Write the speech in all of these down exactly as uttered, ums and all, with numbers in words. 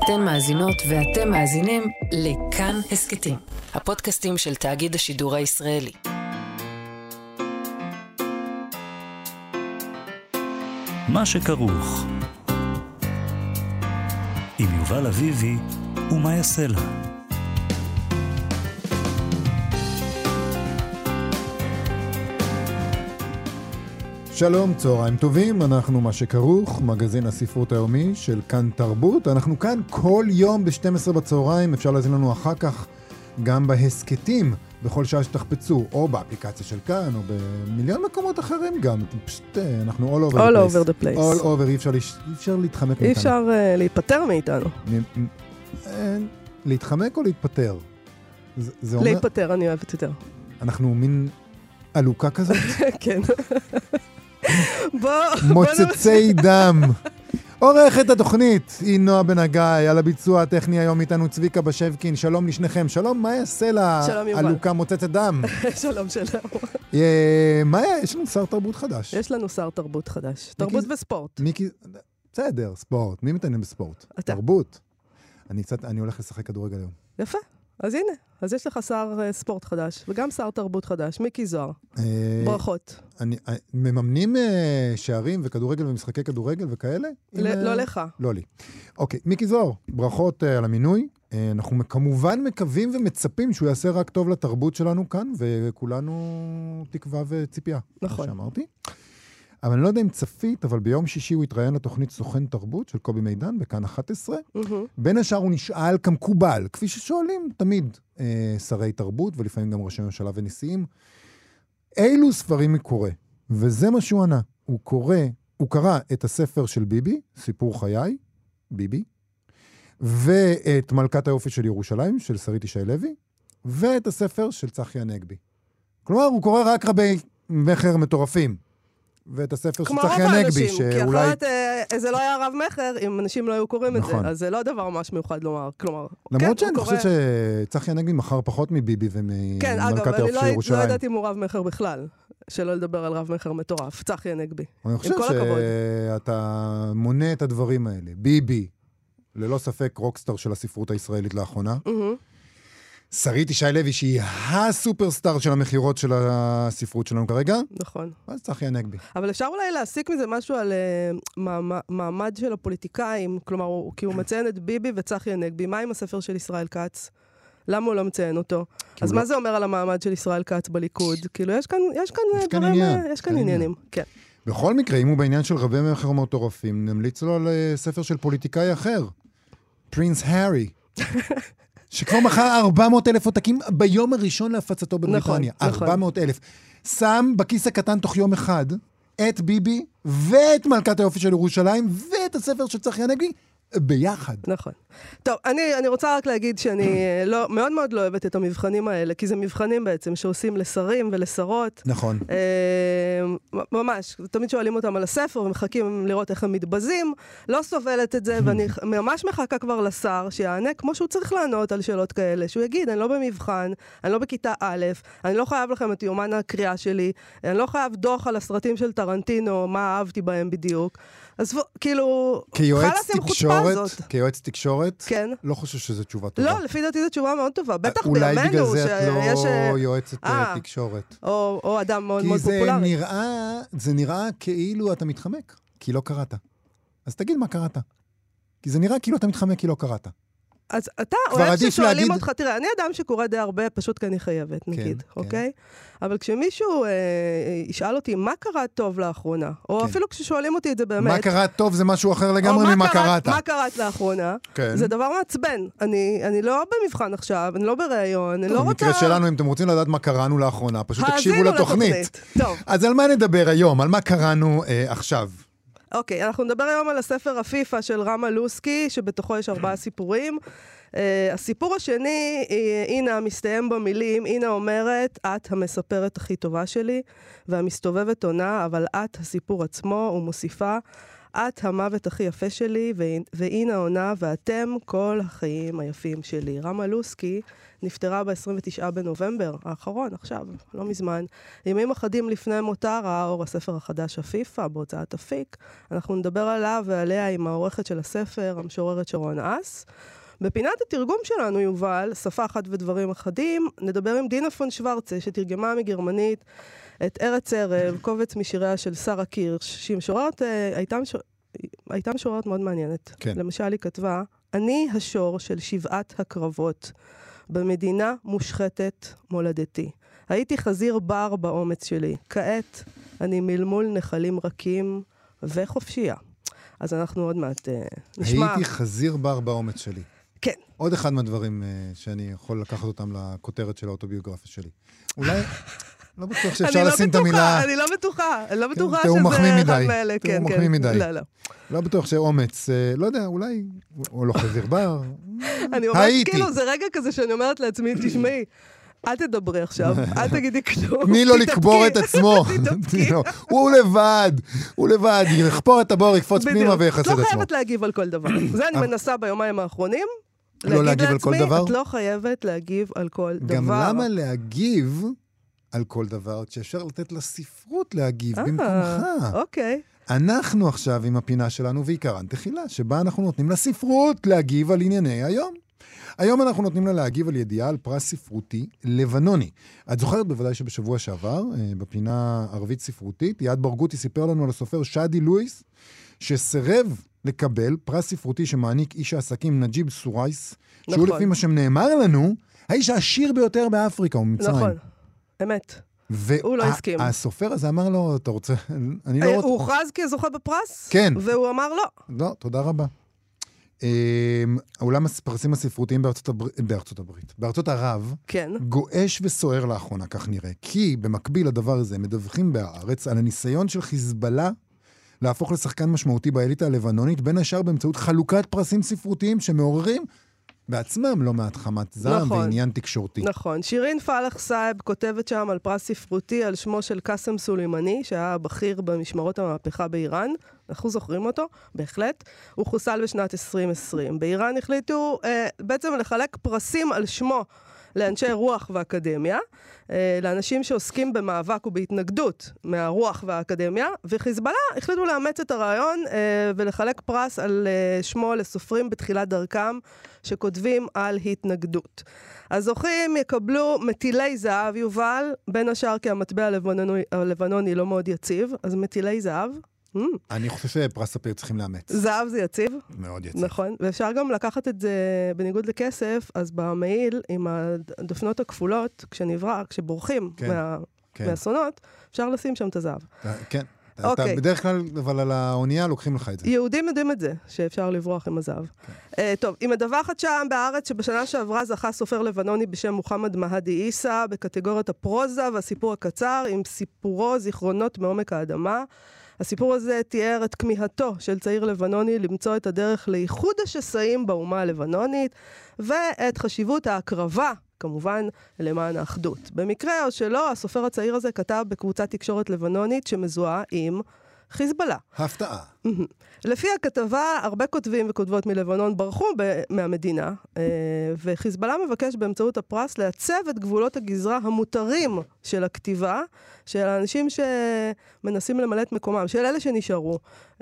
אתן מאזינות ואתם מאזינים לכאן הסקטים, הפודקאסטים של תאגיד השידור הישראלי. מה שכרוך עם יובל אביבי ומה יעשה לה. שלום, צהריים טובים, אנחנו מה שכרוך, מגזין הספרות היומי של כאן תרבות. אנחנו כאן כל יום ב-שתים עשרה בצהריים, אפשר להזין לנו אחר כך גם בהסקטים, בכל שעה שתחפצו, או באפליקציה של כאן, או במיליון מקומות אחרים גם. פשוט, אנחנו all over all the place. over the place. all over, אי אפשר, אי אפשר להתחמק מאיתנו. אי אפשר uh, להיפטר מאיתנו. להתחמק או להתפטר? זה, זה אומר... להיפטר, אני אוהבת יותר. אנחנו מין אלוקה כזאת? כן. בוא... מוצצי דם. עורכת התוכנית היא נועה בן הגיא, על הביצוע הטכני היום איתנו צביקה בשבקין. שלום לשניכם. שלום, מה יעשה לה אלוקה מוצצת דם? שלום, שלום. מה היה? יש לנו שר תרבות חדש. יש לנו שר תרבות חדש. תרבות וספורט. מיקי... בסדר, ספורט. מי מתעניין בספורט? אתה. תרבות. אני קצת, אני הולך לשחק כדורגל היום. יפה. אז הנה, אז יש לך שר uh, ספורט חדש, וגם שר תרבות חדש, מיקי זוהר. ברכות. אני, מממנים uh, שערים וכדורגל ומשחקי כדורגל וכאלה? ל- עם, לא uh, לך. לא לי. אוקיי, מיקי זוהר, ברכות uh, על המינוי. Uh, אנחנו כמובן מקווים ומצפים שהוא יעשה רק טוב לתרבות שלנו כאן, וכולנו תקווה וציפייה. נכון. שאמרתי. אבל אני לא יודע אם צפית, אבל ביום שישי הוא התראיין לתוכנית סוכן תרבות של קובי מידן, בכאן אחת עשרה. Mm-hmm. בין השאר הוא נשאל כמקובל, כפי ששואלים תמיד אה, שרי תרבות, ולפעמים גם ראשי ממשלה ונשיאים. אילו ספרים הוא קורא? וזה מה שהוא ענה. הוא קורא, הוא קרא את הספר של ביבי, סיפור חיי, ביבי, ואת מלכת היופי של ירושלים, של שרית ישי לוי, ואת הספר של צחי הנגבי. כלומר, הוא קורא רק רבי מחר מטורפים. ואת הספר של צחי הנגבי, שאולי... כי אחרת אה, זה לא היה רב מחר, אם אנשים לא היו קוראים נכון. את זה, אז זה לא דבר ממש מיוחד לומר, כלומר... למרות כן, שאני קורא... חושב שצחי הנגבי מחר פחות מביבי וממלכת כן, היופי של ירושלים. כן, אגב, אני לא יודעת אם הוא רב מחר בכלל, שלא לדבר על רב מחר מטורף, צחי הנגבי. אני חושב שאתה מונה את הדברים האלה. ביבי, ללא ספק רוקסטאר של הספרות הישראלית לאחרונה. שרית ישי לוי, שהיא הסופרסטאר של המחירות של הספרות שלנו כרגע. נכון. אז צחי הנגבי. אבל אפשר אולי להסיק מזה משהו על uh, מעמד של הפוליטיקאים, כלומר, הוא, כי הוא מציין את ביבי וצחי הנגבי. מה עם הספר של ישראל כץ? למה הוא לא מציין אותו? אז מה לא... זה אומר על המעמד של ישראל כץ בליכוד? כאילו, יש כאן, יש כאן, יש כאן, דברים, עניין. יש כאן עניינים. כן. בכל מקרה, אם הוא בעניין של רבי מחר מטורפים, נמליץ לו על ספר של פוליטיקאי אחר. פרינס הארי. שכבר מחר ארבע מאות אלף עותקים ביום הראשון להפצתו בבריטניה. נכון, ארבע מאות אלף. שם בכיס הקטן תוך יום אחד את ביבי ואת מלכת היופי של ירושלים ואת הספר של צחי הנגבי ביחד. נכון. טוב, אני, אני רוצה רק להגיד שאני לא, מאוד מאוד לא אוהבת את המבחנים האלה, כי זה מבחנים בעצם שעושים לשרים ולשרות. נכון. אה, ממש, תמיד שואלים אותם על הספר ומחכים לראות איך הם מתבזים. לא סובלת את זה, ואני ממש מחכה כבר לשר שיענה כמו שהוא צריך לענות על שאלות כאלה, שהוא יגיד, אני לא במבחן, אני לא בכיתה א', אני לא חייב לכם את יומן הקריאה שלי, אני לא חייב דוח על הסרטים של טרנטינו, מה אהבתי בהם בדיוק. אז כאילו, כיועץ תקשורת, כיועץ תקשורת, כן. לא חושב שזו תשובה טובה. לא, לפי דעתי זו תשובה מאוד טובה. בטח בימינו שיש... אולי בגלל זה את לא יועצת תקשורת. או, או אדם מאוד מאוד פופולרי. כי זה נראה, זה נראה כאילו אתה מתחמק, כי לא קראת. אז תגיד מה קראת. כי זה נראה כאילו אתה מתחמק, כי לא קראת. אז אתה אוהב ששואלים אותך, תראה, אני אדם שקורא די הרבה, פשוט כי אני חייבת, נגיד, אוקיי? אבל כשמישהו ישאל אותי, מה קראת טוב לאחרונה? או אפילו כששואלים אותי את זה באמת... מה קראת טוב זה משהו אחר לגמרי ממה קראת. מה קראת לאחרונה? זה דבר מעצבן. אני לא במבחן עכשיו, אני לא בראיון, אני לא רוצה... במקרה שלנו, אם אתם רוצים לדעת מה קראנו לאחרונה, פשוט תקשיבו לתוכנית. טוב. אז על מה נדבר היום? על מה קראנו עכשיו? אוקיי, אנחנו נדבר היום על הספר הפיפה של רמה לוסקי, שבתוכו יש ארבעה סיפורים. Uh, הסיפור השני, uh, אינה מסתיים במילים, אינה אומרת, את המספרת הכי טובה שלי, והמסתובבת עונה, אבל את הסיפור עצמו, ומוסיפה, את המוות הכי יפה שלי, והנה העונה, ואתם כל החיים היפים שלי. רמה לוסקי נפטרה ב-עשרים ותשעה בנובמבר, האחרון, עכשיו, לא מזמן. ימים אחדים לפני מותה ראה אור הספר החדש הפיפה, בהוצאת אפיק. אנחנו נדבר עליו ועליה עם העורכת של הספר, המשוררת שרון אס. בפינת התרגום שלנו, יובל, שפה אחת ודברים אחדים, נדבר עם דינה פון שוורצה, שתרגמה מגרמנית את ארץ ערב, קובץ משיריה של שרה קירש, שהיא משוררת, הייתה, משור... הייתה משוררת מאוד מעניינת. כן. למשל, היא כתבה, אני השור של שבעת הקרבות, במדינה מושחתת מולדתי. הייתי חזיר בר באומץ שלי. כעת אני מלמול נחלים רכים וחופשייה. אז אנחנו עוד מעט uh, נשמע... הייתי חזיר בר באומץ שלי. כן. עוד אחד מהדברים uh, שאני יכול לקחת אותם לכותרת של האוטוביוגרפיה שלי. אולי... לא בטוח שאפשר לשים את המילה... אני לא בטוחה, אני לא בטוחה שזה... תראו מחמיא מדי. תראו מחמיא מדי. לא, לא. לא בטוח שאומץ, לא יודע, אולי... או לא חזיר בר. אני אומרת, כאילו, זה רגע כזה שאני אומרת לעצמי, תשמעי, אל תדברי עכשיו, אל תגידי כלום. תני לו לקבור את עצמו. הוא לבד, הוא לבד, יחפור את הבור, יקפוץ פנימה ויחסד עצמו. את לא חייבת להגיב על כל דבר. זה אני מנסה ביומיים האחרונים. לא להגיב על כל דבר? את לא חייבת להגיב על כל דבר. גם למה להגיב על כל דבר, כשאפשר לתת לספרות להגיב במקומך? אוקיי. אנחנו עכשיו עם הפינה שלנו, ועיקרן תחילה, שבה אנחנו נותנים לספרות להגיב על ענייני היום. היום אנחנו נותנים לה להגיב על ידיעה על פרס ספרותי לבנוני. את זוכרת בוודאי שבשבוע שעבר, בפינה ערבית ספרותית, יעד ברגותי סיפר לנו על הסופר שאדי לואיס, שסרב לקבל פרס ספרותי שמעניק איש העסקים נג'יב סורייס, נכון. שהוא לפי מה שנאמר לנו, האיש העשיר ביותר באפריקה ומצרים. נכון, אמת. הוא לא הסכים. והסופר הזה אמר לו, אתה רוצה... אני לא רוצה... הוא הוכרז כזוכה בפרס? כן. והוא אמר לא. לא, תודה רבה. העולם הפרסים הספרותיים בארצות הברית, בארצות הברית, בארצות ערב, כן. גועש וסוער לאחרונה, כך נראה. כי במקביל לדבר הזה, מדווחים בארץ על הניסיון של חיזבאללה להפוך לשחקן משמעותי באליטה הלבנונית, בין השאר באמצעות חלוקת פרסים ספרותיים שמעוררים בעצמם לא מעט חמת זעם נכון, ועניין תקשורתי. נכון. שירין פלח סייב כותבת שם על פרס ספרותי על שמו של קאסם סולימני, שהיה בכיר במשמרות המהפכה באיראן. אנחנו זוכרים אותו, בהחלט. הוא חוסל בשנת עשרים עשרים. באיראן החליטו אה, בעצם לחלק פרסים על שמו לאנשי רוח ואקדמיה, אה, לאנשים שעוסקים במאבק ובהתנגדות מהרוח והאקדמיה, וחיזבאללה החליטו לאמץ את הרעיון אה, ולחלק פרס על אה, שמו לסופרים בתחילת דרכם, שכותבים על התנגדות. הזוכים יקבלו מטילי זהב, יובל, בין השאר כי המטבע הלבנוני, הלבנוני לא מאוד יציב, אז מטילי זהב. אני חושב שפרס ספיר צריכים לאמץ. זהב זה יציב. מאוד יציב. נכון, ואפשר גם לקחת את זה בניגוד לכסף, אז במעיל עם הדפנות הכפולות, כשנברא, כשבורחים כן, מה, כן. מהאסונות, אפשר לשים שם את הזהב. כן. אתה בדרך כלל, אבל על האונייה לוקחים לך את זה. יהודים יודעים את זה, שאפשר לברוח עם הזהב. טוב, היא מדווחת שם בארץ שבשנה שעברה זכה סופר לבנוני בשם מוחמד מהדי עיסא, בקטגוריית הפרוזה והסיפור הקצר, עם סיפורו זיכרונות מעומק האדמה. הסיפור הזה תיאר את כמיהתו של צעיר לבנוני למצוא את הדרך לאיחוד השסעים באומה הלבנונית, ואת חשיבות ההקרבה, כמובן, למען האחדות. במקרה או שלא, הסופר הצעיר הזה כתב בקבוצת תקשורת לבנונית שמזוהה עם חיזבאללה. הפתעה. לפי הכתבה, הרבה כותבים וכותבות מלבנון ברחו ב- מהמדינה, וחיזבאללה מבקש באמצעות הפרס לעצב את גבולות הגזרה המותרים של הכתיבה, של האנשים שמנסים למלא את מקומם, של אלה שנשארו.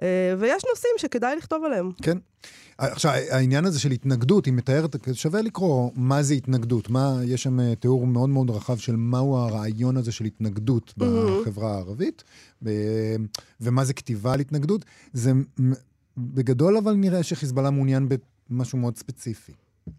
ויש נושאים שכדאי לכתוב עליהם. כן. עכשיו, העניין הזה של התנגדות, היא מתארת, שווה לקרוא מה זה התנגדות, מה, יש שם תיאור מאוד מאוד רחב של מהו הרעיון הזה של התנגדות בחברה הערבית, ומה זה כתיבה על התנגדות. זה בגדול, אבל נראה שחיזבאללה מעוניין במשהו מאוד ספציפי.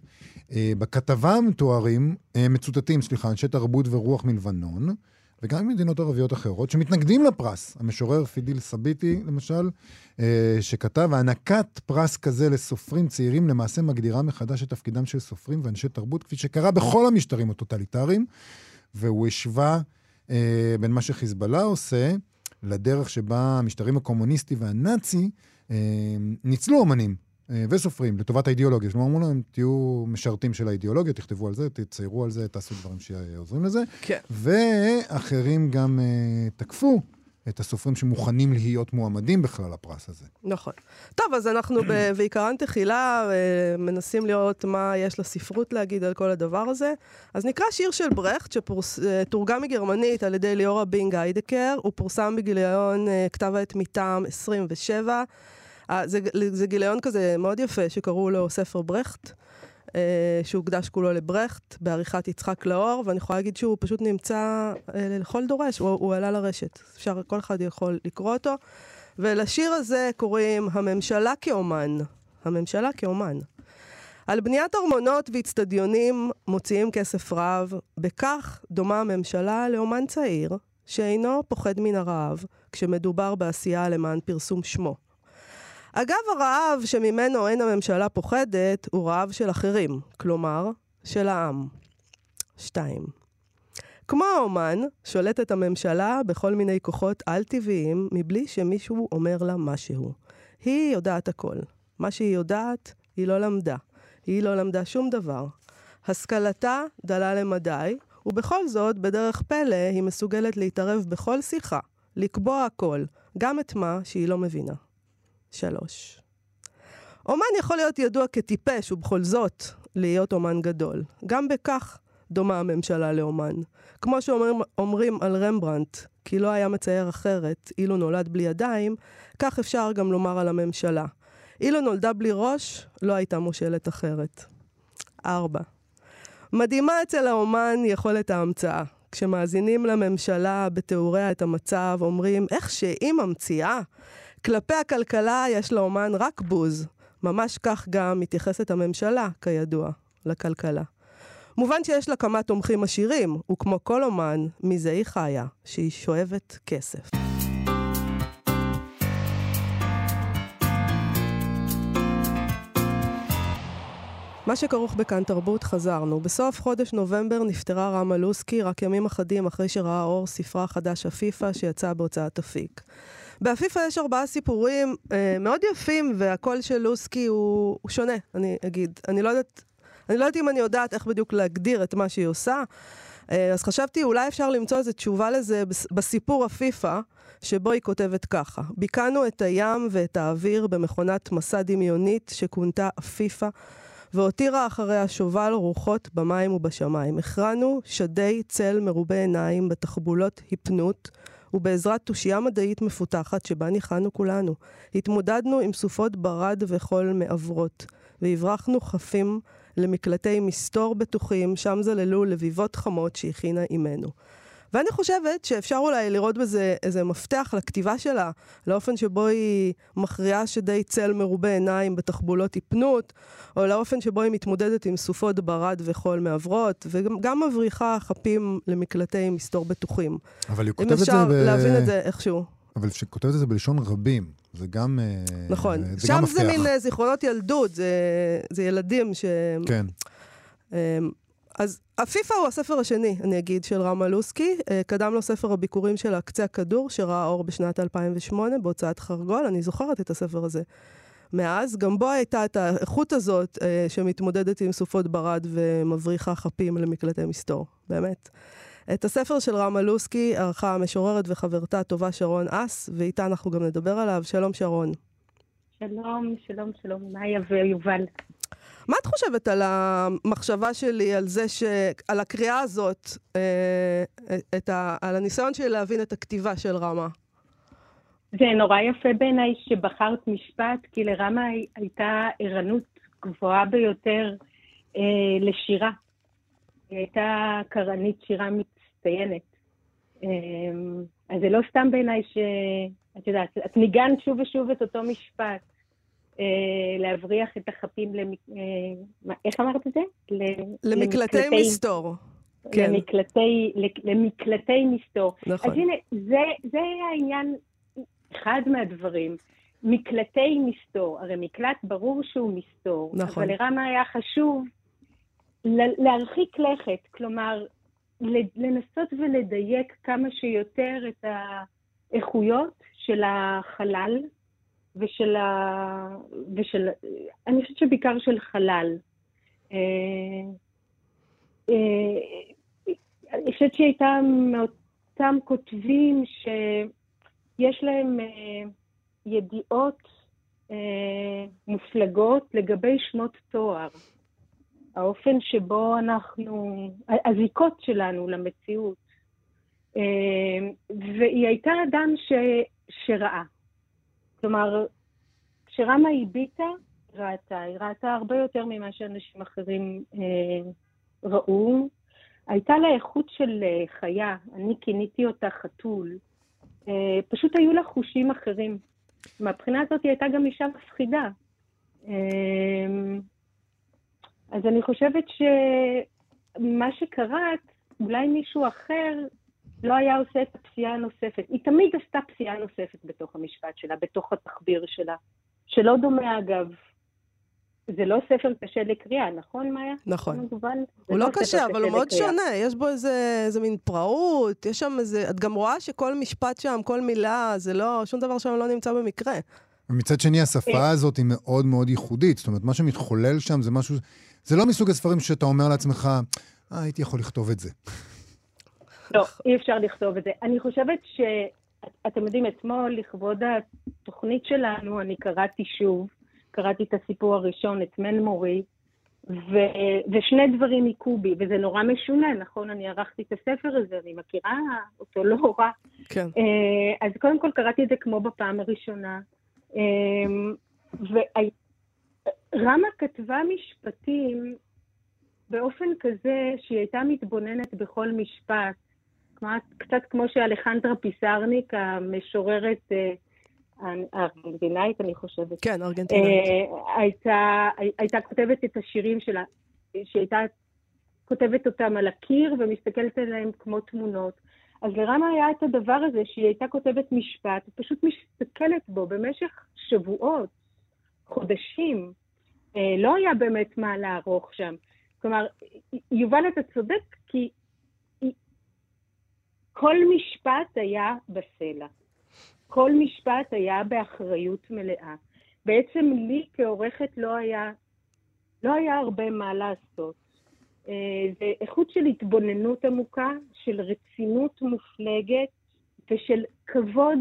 בכתבה מתוארים, מצוטטים, סליחה, אנשי תרבות ורוח מלבנון, וגם מדינות ערביות אחרות, שמתנגדים לפרס. המשורר פידיל סביטי, למשל, שכתב, הענקת פרס כזה לסופרים צעירים, למעשה מגדירה מחדש את תפקידם של סופרים ואנשי תרבות, כפי שקרה בכל המשטרים הטוטליטריים, והוא השווה בין מה שחיזבאללה עושה, לדרך שבה המשטרים הקומוניסטי והנאצי ניצלו אומנים וסופרים לטובת האידיאולוגיה. זאת אומרת, אמרו להם, תהיו משרתים של האידיאולוגיה, תכתבו על זה, תציירו על זה, תעשו דברים שעוזרים לזה. כן. ואחרים גם תקפו את הסופרים שמוכנים להיות מועמדים בכלל לפרס הזה. נכון. טוב, אז אנחנו בעיקרן תחילה מנסים לראות מה יש לספרות להגיד על כל הדבר הזה. אז נקרא שיר של ברכט, שתורגם מגרמנית על ידי ליאורה בינג היידקר, הוא פורסם בגיליון כתב העת מטעם עשרים ושבע. זה, זה גיליון כזה מאוד יפה שקראו לו ספר ברכט, שהוקדש כולו לברכט, בעריכת יצחק לאור, ואני יכולה להגיד שהוא פשוט נמצא לכל דורש, הוא, הוא עלה לרשת. אפשר, כל אחד יכול לקרוא אותו. ולשיר הזה קוראים הממשלה כאומן. הממשלה כאומן. על בניית ארמונות והצטדיונים מוציאים כסף רב, בכך דומה הממשלה לאומן צעיר, שאינו פוחד מן הרעב, כשמדובר בעשייה למען פרסום שמו. אגב, הרעב שממנו אין הממשלה פוחדת הוא רעב של אחרים, כלומר, של העם. שתיים. כמו האומן, שולטת הממשלה בכל מיני כוחות על-טבעיים, מבלי שמישהו אומר לה משהו. היא יודעת הכל. מה שהיא יודעת, היא לא למדה. היא לא למדה שום דבר. השכלתה דלה למדי, ובכל זאת, בדרך פלא, היא מסוגלת להתערב בכל שיחה, לקבוע הכל, גם את מה שהיא לא מבינה. שלוש. אומן יכול להיות ידוע כטיפש, ובכל זאת, להיות אומן גדול. גם בכך דומה הממשלה לאומן. כמו שאומרים על רמברנדט, כי לא היה מצייר אחרת, אילו נולד בלי ידיים, כך אפשר גם לומר על הממשלה. אילו נולדה בלי ראש, לא הייתה מושלת אחרת. ארבע. מדהימה אצל האומן יכולת ההמצאה. כשמאזינים לממשלה בתיאוריה את המצב, אומרים, איך שהיא ממציאה? כלפי הכלכלה יש לאומן רק בוז. ממש כך גם מתייחסת הממשלה, כידוע, לכלכלה. מובן שיש לה כמה תומכים עשירים, וכמו כל אומן, מזה היא חיה, שהיא שואבת כסף. מה שכרוך בכאן תרבות חזרנו. בסוף חודש נובמבר נפטרה רמה לוסקי, רק ימים אחדים אחרי שראה אור ספרה חדש אפיפה שיצא בהוצאת אפיק. באפיפה יש ארבעה סיפורים אה, מאוד יפים, והקול של לוסקי הוא, הוא שונה, אני אגיד. אני לא יודעת, אני לא יודעת אם אני יודעת איך בדיוק להגדיר את מה שהיא עושה, אה, אז חשבתי אולי אפשר למצוא איזו תשובה לזה בסיפור אפיפה, שבו היא כותבת ככה. ביקענו את הים ואת האוויר במכונת מסע דמיונית שכונתה אפיפה, והותירה אחריה שובל רוחות במים ובשמיים. הכרענו שדי צל מרובה עיניים בתחבולות היפנות, ובעזרת תושייה מדעית מפותחת שבה ניחנו כולנו. התמודדנו עם סופות ברד וחול מעברות, והברחנו חפים למקלטי מסתור בטוחים, שם זללו לביבות חמות שהכינה אימנו. ואני חושבת שאפשר אולי לראות בזה איזה מפתח לכתיבה שלה, לאופן שבו היא מכריעה שדי צל מרובה עיניים בתחבולות היפנות, או לאופן שבו היא מתמודדת עם סופות ברד וחול מעברות, וגם מבריחה חפים למקלטי מסתור בטוחים. אבל היא כותבת את זה אם אפשר ב... להבין את זה איכשהו. אבל היא כותבת את זה בלשון רבים. זה גם נכון. זה שם גם זה מפתח. מין זיכרונות ילדות, זה, זה ילדים ש... כן. אז אפיפה הוא הספר השני, אני אגיד, של רמה לוסקי. קדם לו ספר הביקורים שלה, קצה הכדור, שראה אור בשנת אלפיים ושמונה, בהוצאת חרגול. אני זוכרת את הספר הזה. מאז, גם בו הייתה את האיכות הזאת, שמתמודדת עם סופות ברד ומבריחה חפים למקלטי מסתור. באמת. את הספר של רמה לוסקי ערכה המשוררת וחברתה הטובה שרון אס, ואיתה אנחנו גם נדבר עליו. שלום שרון. שלום, שלום, שלום, מאיה ויובל. מה את חושבת על המחשבה שלי, על זה ש... על הקריאה הזאת, אה, את ה... על הניסיון שלי להבין את הכתיבה של רמה? זה נורא יפה בעיניי שבחרת משפט, כי לרמה הייתה ערנות גבוהה ביותר אה, לשירה. היא הייתה קרנית שירה מצטיינת. אה, אז זה לא סתם בעיניי ש... את יודעת, את ניגנת שוב ושוב את אותו משפט. להבריח את החפים, איך אמרת את זה? למקלטי מסתור. למקלטי מסתור. נכון. אז הנה, זה העניין, אחד מהדברים. מקלטי מסתור, הרי מקלט ברור שהוא מסתור. נכון. אבל לרמה היה חשוב להרחיק לכת, כלומר, לנסות ולדייק כמה שיותר את האיכויות של החלל, ושל ה... ושל... אני חושבת שבעיקר של חלל. אני חושבת שהיא הייתה מאותם כותבים יש להם אה, ידיעות אה, מופלגות לגבי שמות תואר. האופן שבו אנחנו, הזיקות שלנו למציאות. אה, והיא הייתה אדם ש, שראה. כלומר, כשרמה הביטה, ראתה, היא ראתה הרבה יותר ממה שאנשים אחרים אה, ראו. הייתה לה איכות של אה, חיה, אני כיניתי אותה חתול. אה, פשוט היו לה חושים אחרים. מהבחינה הזאת היא הייתה גם אישה מפחידה. אה, אז אני חושבת שמה שקראת, אולי מישהו אחר לא היה עושה את הפסיעה הנוספת. היא תמיד עשתה פסיעה נוספת בתוך המשפט שלה, בתוך התחביר שלה. שלא דומה אגב. זה לא ספר קשה לקריאה, נכון מאיה? נכון. הוא לא קשה, אבל הוא מאוד שונה. יש בו איזה מין פראות, יש שם איזה... את גם רואה שכל משפט שם, כל מילה, זה לא... שום דבר שם לא נמצא במקרה. ומצד שני, השפה הזאת היא מאוד מאוד ייחודית. זאת אומרת, מה שמתחולל שם זה משהו... זה לא מסוג הספרים שאתה אומר לעצמך, אה, הייתי יכול לכתוב את זה. לא, אי אפשר לכתוב את זה. אני חושבת ש... אתם יודעים, אתמול, לכבוד התוכנית שלנו, אני קראתי שוב, קראתי את הסיפור הראשון, את מנמורי, ו- ושני דברים מקובי, וזה נורא משונה, נכון? אני ערכתי את הספר הזה, אני מכירה אותו לא רע. כן. אז קודם כל קראתי את זה כמו בפעם הראשונה, ורמה כתבה משפטים באופן כזה שהיא הייתה מתבוננת בכל משפט, קצת כמו שאלחנדרה פיסרניק, המשוררת הארגנטינאית, אני חושבת. כן, ארגנטינאית. הייתה, הייתה כותבת את השירים שלה, שהייתה כותבת אותם על הקיר ומסתכלת עליהם כמו תמונות. אז לרמה היה את הדבר הזה שהיא הייתה כותבת משפט, פשוט מסתכלת בו במשך שבועות, חודשים. לא היה באמת מה לערוך שם. כלומר, יובל אתה צודק, כי כל משפט היה בסלע. כל משפט היה באחריות מלאה. בעצם לי כעורכת לא היה, לא היה הרבה מה לעשות. זה איכות של התבוננות עמוקה, של רצינות מופלגת ושל כבוד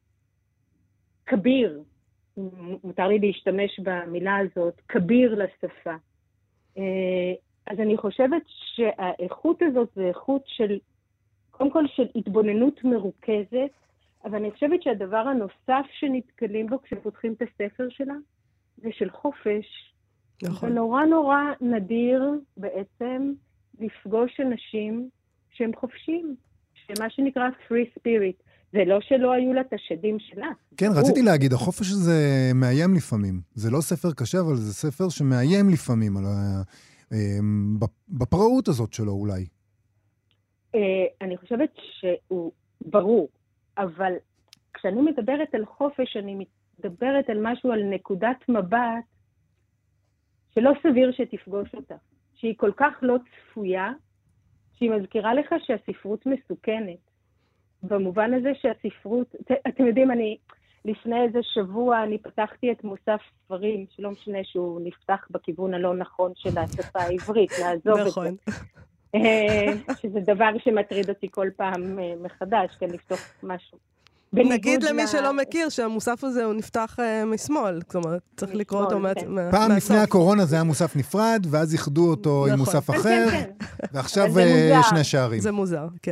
כביר. מותר לי להשתמש במילה הזאת, כביר לשפה. אז אני חושבת שהאיכות הזאת זה איכות של, קודם כל של התבוננות מרוכזת, אבל אני חושבת שהדבר הנוסף שנתקלים בו כשפותחים את הספר שלה, זה של חופש. נכון. ונורא נורא נדיר בעצם לפגוש אנשים שהם חופשיים, שמה שנקרא free spirit. זה לא שלא היו לה את השדים שלה. כן, רציתי להגיד, החופש הזה מאיים לפעמים. זה לא ספר קשה, אבל זה ספר שמאיים לפעמים על ה... בפראות הזאת שלו אולי. אני חושבת שהוא ברור, אבל כשאני מדברת על חופש, אני מדברת על משהו, על נקודת מבט, שלא סביר שתפגוש אותה. שהיא כל כך לא צפויה, שהיא מזכירה לך שהספרות מסוכנת. במובן הזה שהספרות, אתם יודעים, אני, לפני איזה שבוע אני פתחתי את מוסף ספרים, שלא משנה שהוא נפתח בכיוון הלא נכון של השפה העברית, לעזוב את זה. שזה דבר שמטריד אותי כל פעם מחדש, כן, לפתוח משהו. נגיד למי שלא מכיר שהמוסף הזה הוא נפתח משמאל, כלומר, צריך לקרוא אותו מהסוף. פעם לפני הקורונה זה היה מוסף נפרד, ואז איחדו אותו עם מוסף אחר, ועכשיו יש שני שערים. זה מוזר, כן.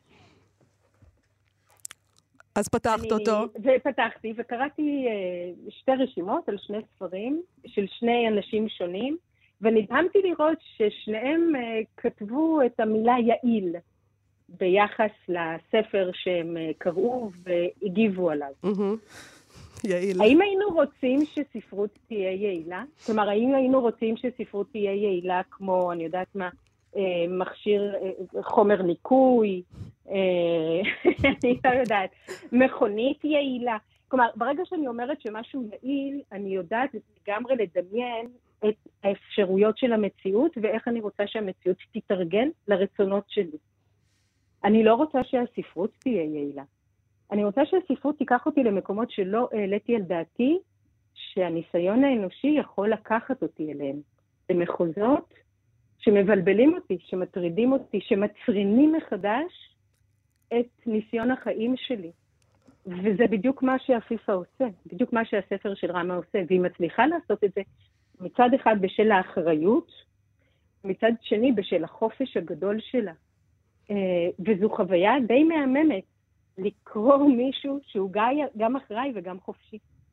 אז פתחת אותו? ופתחתי, וקראתי שתי רשימות על שני ספרים של שני אנשים שונים, ונדהמתי לראות ששניהם כתבו את המילה יעיל ביחס לספר שהם קראו והגיבו עליו. יעיל. האם היינו רוצים שספרות תהיה יעילה? כלומר, האם היינו רוצים שספרות תהיה יעילה כמו, אני יודעת מה, מכשיר, חומר ניקוי, אני לא יודעת, מכונית יעילה. כלומר, ברגע שאני אומרת שמשהו יעיל, אני יודעת לגמרי לדמיין את האפשרויות של המציאות, ואיך אני רוצה שהמציאות תתארגן לרצונות שלי. אני לא רוצה שהספרות תהיה יעילה. אני רוצה שהספרות תיקח אותי למקומות שלא העליתי על דעתי, שהניסיון האנושי יכול לקחת אותי אליהם. למחוזות שמבלבלים אותי, שמטרידים אותי, שמצרינים מחדש את ניסיון החיים שלי. וזה בדיוק מה שאפיפה עושה, בדיוק מה שהספר של רמה עושה, והיא מצליחה לעשות את זה מצד אחד בשל האחריות, מצד שני בשל החופש הגדול שלה. וזו חוויה די מהממת, לקרוא מישהו שהוא גם אחראי וגם חופשי.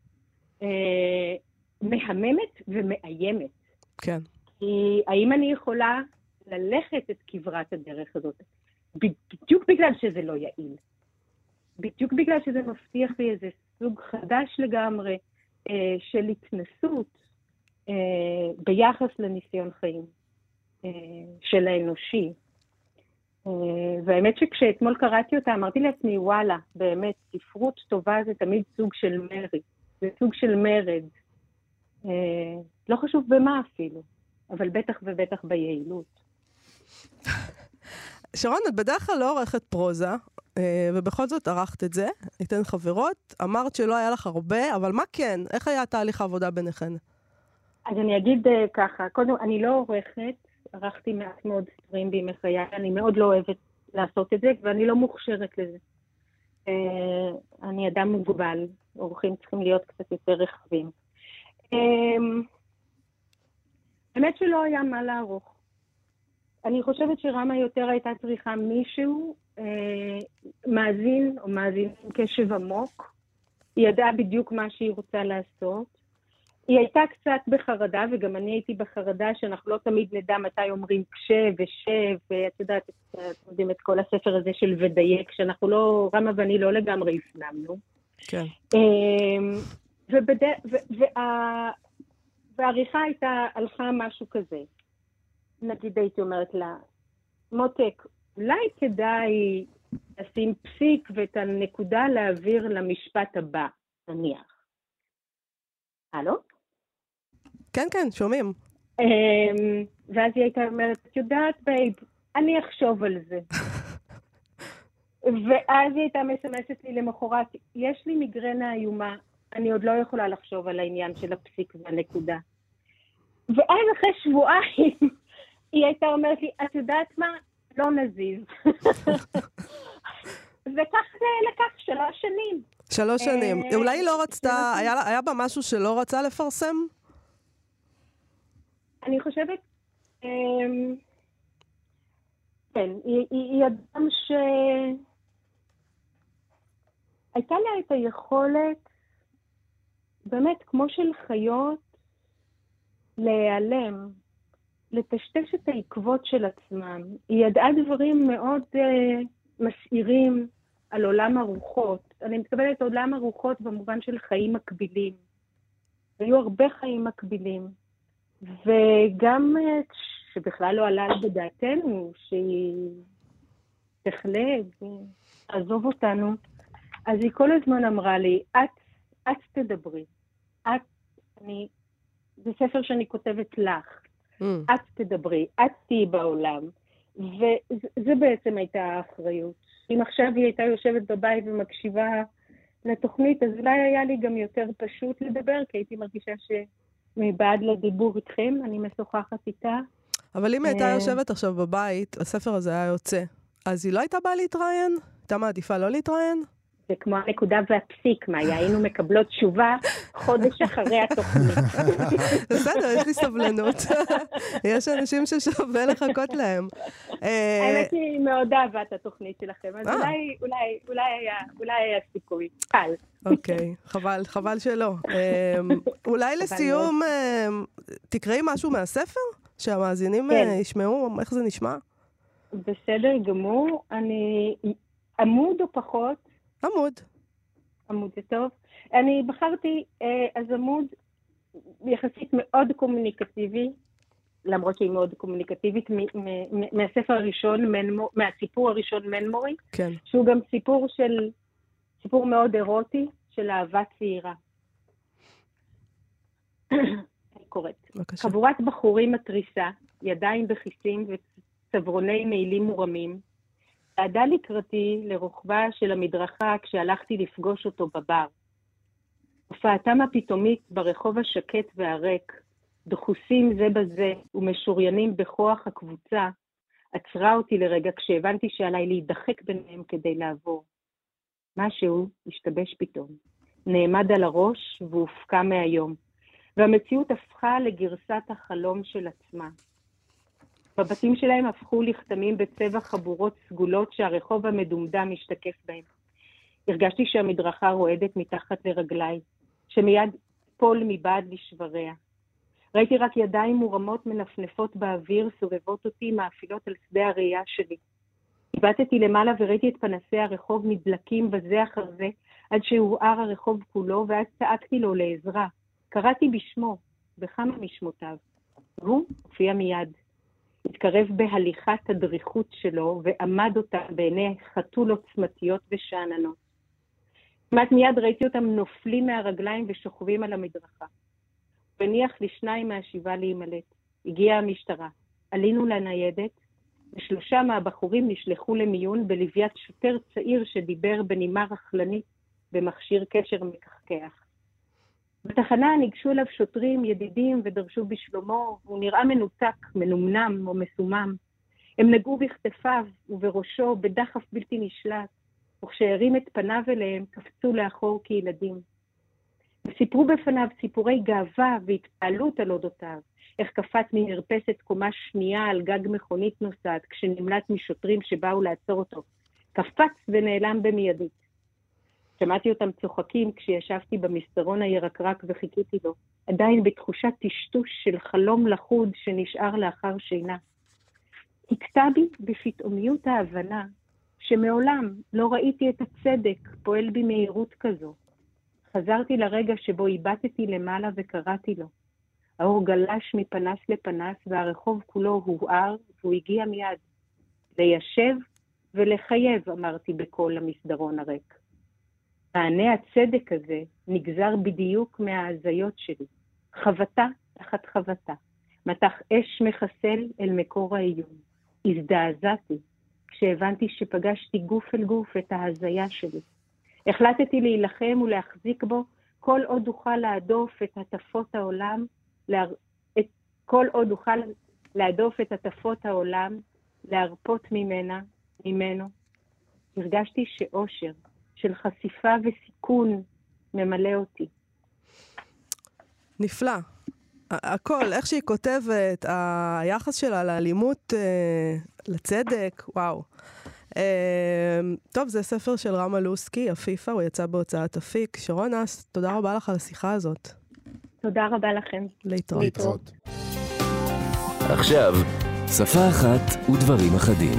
מהממת ומאיימת. כן. כי האם אני יכולה ללכת את כברת הדרך הזאת? בדיוק בגלל שזה לא יעיל. בדיוק בגלל שזה מבטיח לי איזה סוג חדש לגמרי אה, של התנסות אה, ביחס לניסיון חיים אה, של האנושי. אה, והאמת שכשאתמול קראתי אותה, אמרתי לעצמי, וואלה, באמת, ספרות טובה זה תמיד סוג של מרי. זה סוג של מרד. אה, לא חשוב במה אפילו, אבל בטח ובטח ביעילות. שרון, את בדרך כלל לא עורכת פרוזה, ובכל זאת ערכת את זה, ניתן חברות, אמרת שלא היה לך הרבה, אבל מה כן? איך היה תהליך העבודה ביניכן? אז אני אגיד ככה, קודם, אני לא עורכת, ערכתי מעט מאוד ספרים בימי חיי, אני מאוד לא אוהבת לעשות את זה, ואני לא מוכשרת לזה. אני אדם מוגבל, עורכים צריכים להיות קצת יותר רחבים. באמת שלא היה מה לערוך. אני חושבת שרמה יותר הייתה צריכה מישהו אה, מאזין או מאזין עם קשב עמוק. היא ידעה בדיוק מה שהיא רוצה לעשות. היא הייתה קצת בחרדה, וגם אני הייתי בחרדה שאנחנו לא תמיד נדע מתי אומרים קשב ושב, ואת יודעת, אתם יודעים את כל הספר הזה של ודייק, שאנחנו לא, רמה ואני לא לגמרי הפנמנו. כן. אה, ובד... ו... וה... והעריכה הייתה, הלכה משהו כזה. נגיד הייתי אומרת לה, מותק, אולי כדאי לשים פסיק ואת הנקודה להעביר למשפט הבא, נניח. הלו? כן, כן, שומעים. ואז היא הייתה אומרת, את יודעת, בייב, אני אחשוב על זה. ואז היא הייתה מסמסת לי למחרת, יש לי מיגרנה איומה, אני עוד לא יכולה לחשוב על העניין של הפסיק והנקודה. ואז אחרי שבועיים, היא הייתה אומרת לי, את יודעת מה? לא נזיז. וכך זה לקח שלוש שנים. שלוש שנים. אולי היא לא רצתה, היה בה משהו שלא רצה לפרסם? אני חושבת, כן, היא אדם ש... הייתה לה את היכולת, באמת, כמו של חיות, להיעלם, לטשטש את העקבות של עצמם. היא ידעה דברים מאוד uh, מסעירים על עולם הרוחות. אני מתכוונת עולם הרוחות במובן של חיים מקבילים. היו הרבה חיים מקבילים. וגם uh, שבכלל לא עלה בדעתנו, שהיא תחלה ועזוב אותנו, אז היא כל הזמן אמרה לי, את, את תדברי. את, אני, זה ספר שאני כותבת לך. Mm. את תדברי, את תהי בעולם. וזה בעצם הייתה האחריות. אם עכשיו היא הייתה יושבת בבית ומקשיבה לתוכנית, אז אולי היה לי גם יותר פשוט לדבר, כי הייתי מרגישה שמבעד לדיבור איתכם, אני משוחחת איתה. אבל אם היא הייתה יושבת עכשיו בבית, הספר הזה היה יוצא, אז היא לא הייתה באה להתראיין? הייתה מעדיפה לא להתראיין? זה כמו הנקודה והפסיק, מה, היינו מקבלות תשובה חודש אחרי התוכנית. בסדר, יש לי סבלנות. יש אנשים ששווה לחכות להם. האמת היא מאוד אהבה את התוכנית שלכם, אז אולי היה סיכוי, קל. אוקיי, חבל, חבל שלא. אולי לסיום, תקראי משהו מהספר? שהמאזינים ישמעו איך זה נשמע? בסדר גמור, אני... עמוד או פחות? עמוד. עמוד זה טוב. אני בחרתי, אז עמוד יחסית מאוד קומוניקטיבי, למרות שהיא מאוד קומוניקטיבית, מהספר הראשון, מהסיפור הראשון מנמורי, כן. שהוא גם סיפור של, סיפור מאוד אירוטי, של אהבה צעירה. אני קוראת. בבקשה. חבורת בחורים מטריסה, ידיים בכיסים וצברוני מעילים מורמים, צעדה לקראתי לרוחבה של המדרכה כשהלכתי לפגוש אותו בבר. הופעתם הפתאומית ברחוב השקט והריק, דחוסים זה בזה ומשוריינים בכוח הקבוצה, עצרה אותי לרגע כשהבנתי שעליי להידחק ביניהם כדי לעבור. משהו השתבש פתאום. נעמד על הראש והופקע מהיום, והמציאות הפכה לגרסת החלום של עצמה. בבתים שלהם הפכו לכתמים בצבע חבורות סגולות שהרחוב המדומדם משתקף בהם. הרגשתי שהמדרכה רועדת מתחת לרגליי, שמיד פול מבעד לשבריה. ראיתי רק ידיים מורמות מנפנפות באוויר, סובבות אותי, מאפילות על שדה הראייה שלי. הבטתי למעלה וראיתי את פנסי הרחוב נדלקים בזה אחר זה, עד שהואר הרחוב כולו, ואז צעקתי לו לעזרה. קראתי בשמו, בכמה משמותיו. והוא הופיע מיד. התקרב בהליכת הדריכות שלו, ועמד אותה בעיני חתול עוצמתיות ושעננות. כמעט מיד ראיתי אותם נופלים מהרגליים ושוכבים על המדרכה. וניח לשניים מהשבעה להימלט. הגיעה המשטרה. עלינו לניידת, ושלושה מהבחורים נשלחו למיון בלוויית שוטר צעיר שדיבר בנימה רכלנית במכשיר קשר מקחקח. בתחנה ניגשו אליו שוטרים ידידים ודרשו בשלומו, הוא נראה מנותק, מנומנם או מסומם. הם נגעו בכתפיו ובראשו בדחף בלתי נשלט, וכשהרים את פניו אליהם קפצו לאחור כילדים. וסיפרו בפניו סיפורי גאווה והתפעלות על אודותיו, איך קפץ ממרפסת קומה שנייה על גג מכונית נוסעת כשנמלט משוטרים שבאו לעצור אותו. קפץ ונעלם במיידית. שמעתי אותם צוחקים כשישבתי במסדרון הירקרק וחיכיתי לו, עדיין בתחושת טשטוש של חלום לחוד שנשאר לאחר שינה. הכתה בי בפתאומיות ההבנה שמעולם לא ראיתי את הצדק פועל במהירות כזו. חזרתי לרגע שבו איבדתי למעלה וקראתי לו. האור גלש מפנס לפנס והרחוב כולו הואר והוא הגיע מיד. ליישב ולחייב, אמרתי בקול המסדרון הריק. מענה הצדק הזה נגזר בדיוק מההזיות שלי. חבטה תחת חבטה. מתח אש מחסל אל מקור האיום. הזדעזעתי כשהבנתי שפגשתי גוף אל גוף את ההזיה שלי. החלטתי להילחם ולהחזיק בו כל עוד אוכל להדוף את עטפות העולם, להר... את... כל עוד אוכל להדוף את עטפות העולם, להרפות ממנה, ממנו. הרגשתי שאושר של חשיפה וסיכון ממלא אותי. נפלא. הכל, איך שהיא כותבת, היחס שלה לאלימות, לצדק, וואו. טוב, זה ספר של רמה לוסקי, אפיפה, הוא יצא בהוצאת אפיק. שרון אס, תודה רבה לך על השיחה הזאת. תודה רבה לכם. להתראות. להתראות. עכשיו, שפה אחת ודברים אחדים.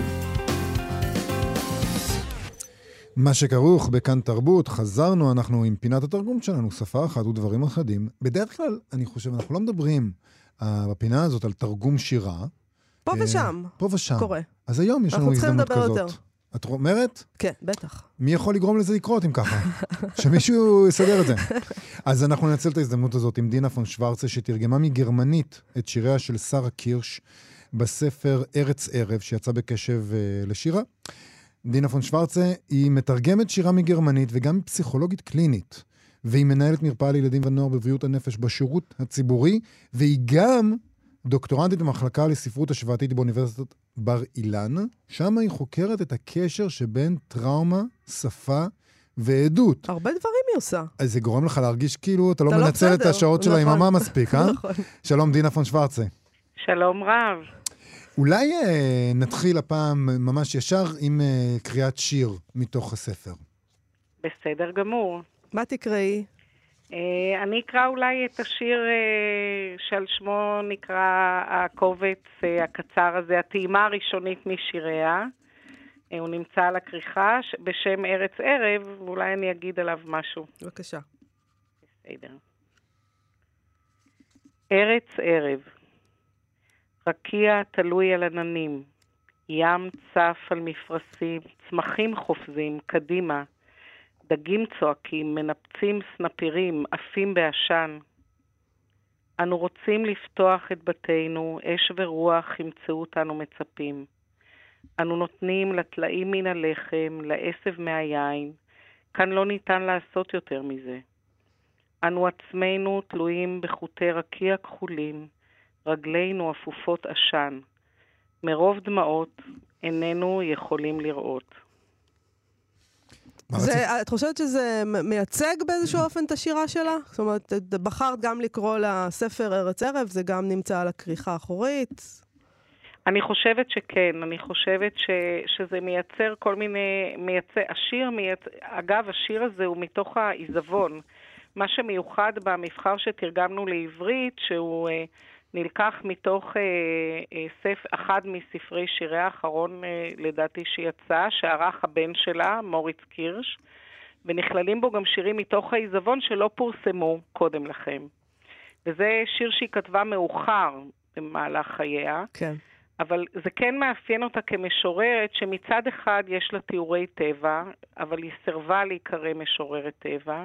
מה שכרוך בכאן תרבות, חזרנו, אנחנו עם פינת התרגום שלנו, שפה אחת ודברים אחדים. בדרך כלל, אני חושב, אנחנו לא מדברים uh, בפינה הזאת על תרגום שירה. פה uh, ושם. פה ושם. קורה. אז היום יש לנו הזדמנות כזאת. יותר. את אומרת? כן, בטח. מי יכול לגרום לזה לקרות אם ככה? שמישהו יסדר את זה. אז אנחנו ננצל את ההזדמנות הזאת עם דינה פון שוורצה, שתרגמה מגרמנית את שיריה של שרה קירש, בספר ארץ ערב, שיצא בקשב uh, לשירה. דינה פון שוורצה היא מתרגמת שירה מגרמנית וגם פסיכולוגית קלינית, והיא מנהלת מרפאה לילדים ונוער בבריאות הנפש בשירות הציבורי, והיא גם דוקטורנטית במחלקה לספרות השוואתית באוניברסיטת בר אילן. שם היא חוקרת את הקשר שבין טראומה, שפה ועדות. הרבה דברים היא עושה. אז זה גורם לך להרגיש כאילו אתה לא אתה מנצל לא את השעות של היממה מספיק, אה? נכון. שלום דינה פון שוורצה. שלום רב. אולי אה, נתחיל הפעם ממש ישר עם אה, קריאת שיר מתוך הספר. בסדר גמור. מה תקראי? אה, אני אקרא אולי את השיר אה, שעל שמו נקרא הקובץ אה, הקצר הזה, הטעימה הראשונית משיריה. אה, הוא נמצא על הכריכה ש... בשם ארץ ערב, ואולי אני אגיד עליו משהו. בבקשה. בסדר. ארץ ערב. רקיע תלוי על עננים, ים צף על מפרשים, צמחים חופזים, קדימה, דגים צועקים, מנפצים סנפירים, עפים בעשן. אנו רוצים לפתוח את בתינו, אש ורוח ימצאו אותנו מצפים. אנו נותנים לטלאים מן הלחם, לעשב מהיין, כאן לא ניתן לעשות יותר מזה. אנו עצמנו תלויים בחוטי רקיע כחולים, רגלינו אפופות עשן. מרוב דמעות איננו יכולים לראות. זה, את חושבת שזה מייצג באיזשהו אופן את השירה שלה? זאת אומרת, בחרת גם לקרוא לספר ארץ ערב, זה גם נמצא על הכריכה האחורית? אני חושבת שכן, אני חושבת ש, שזה מייצר כל מיני, מייצר, השיר, מייצ... אגב, השיר הזה הוא מתוך העיזבון. מה שמיוחד במבחר שתרגמנו לעברית, שהוא אה, נלקח מתוך אה, אה, ספר, אחד מספרי שירי האחרון, אה, לדעתי שיצא, שערך הבן שלה, מוריץ קירש, ונכללים בו גם שירים מתוך העיזבון שלא פורסמו קודם לכם. וזה שיר שהיא כתבה מאוחר במהלך חייה. כן. אבל זה כן מאפיין אותה כמשוררת, שמצד אחד יש לה תיאורי טבע, אבל היא סרבה להיקרא משוררת טבע.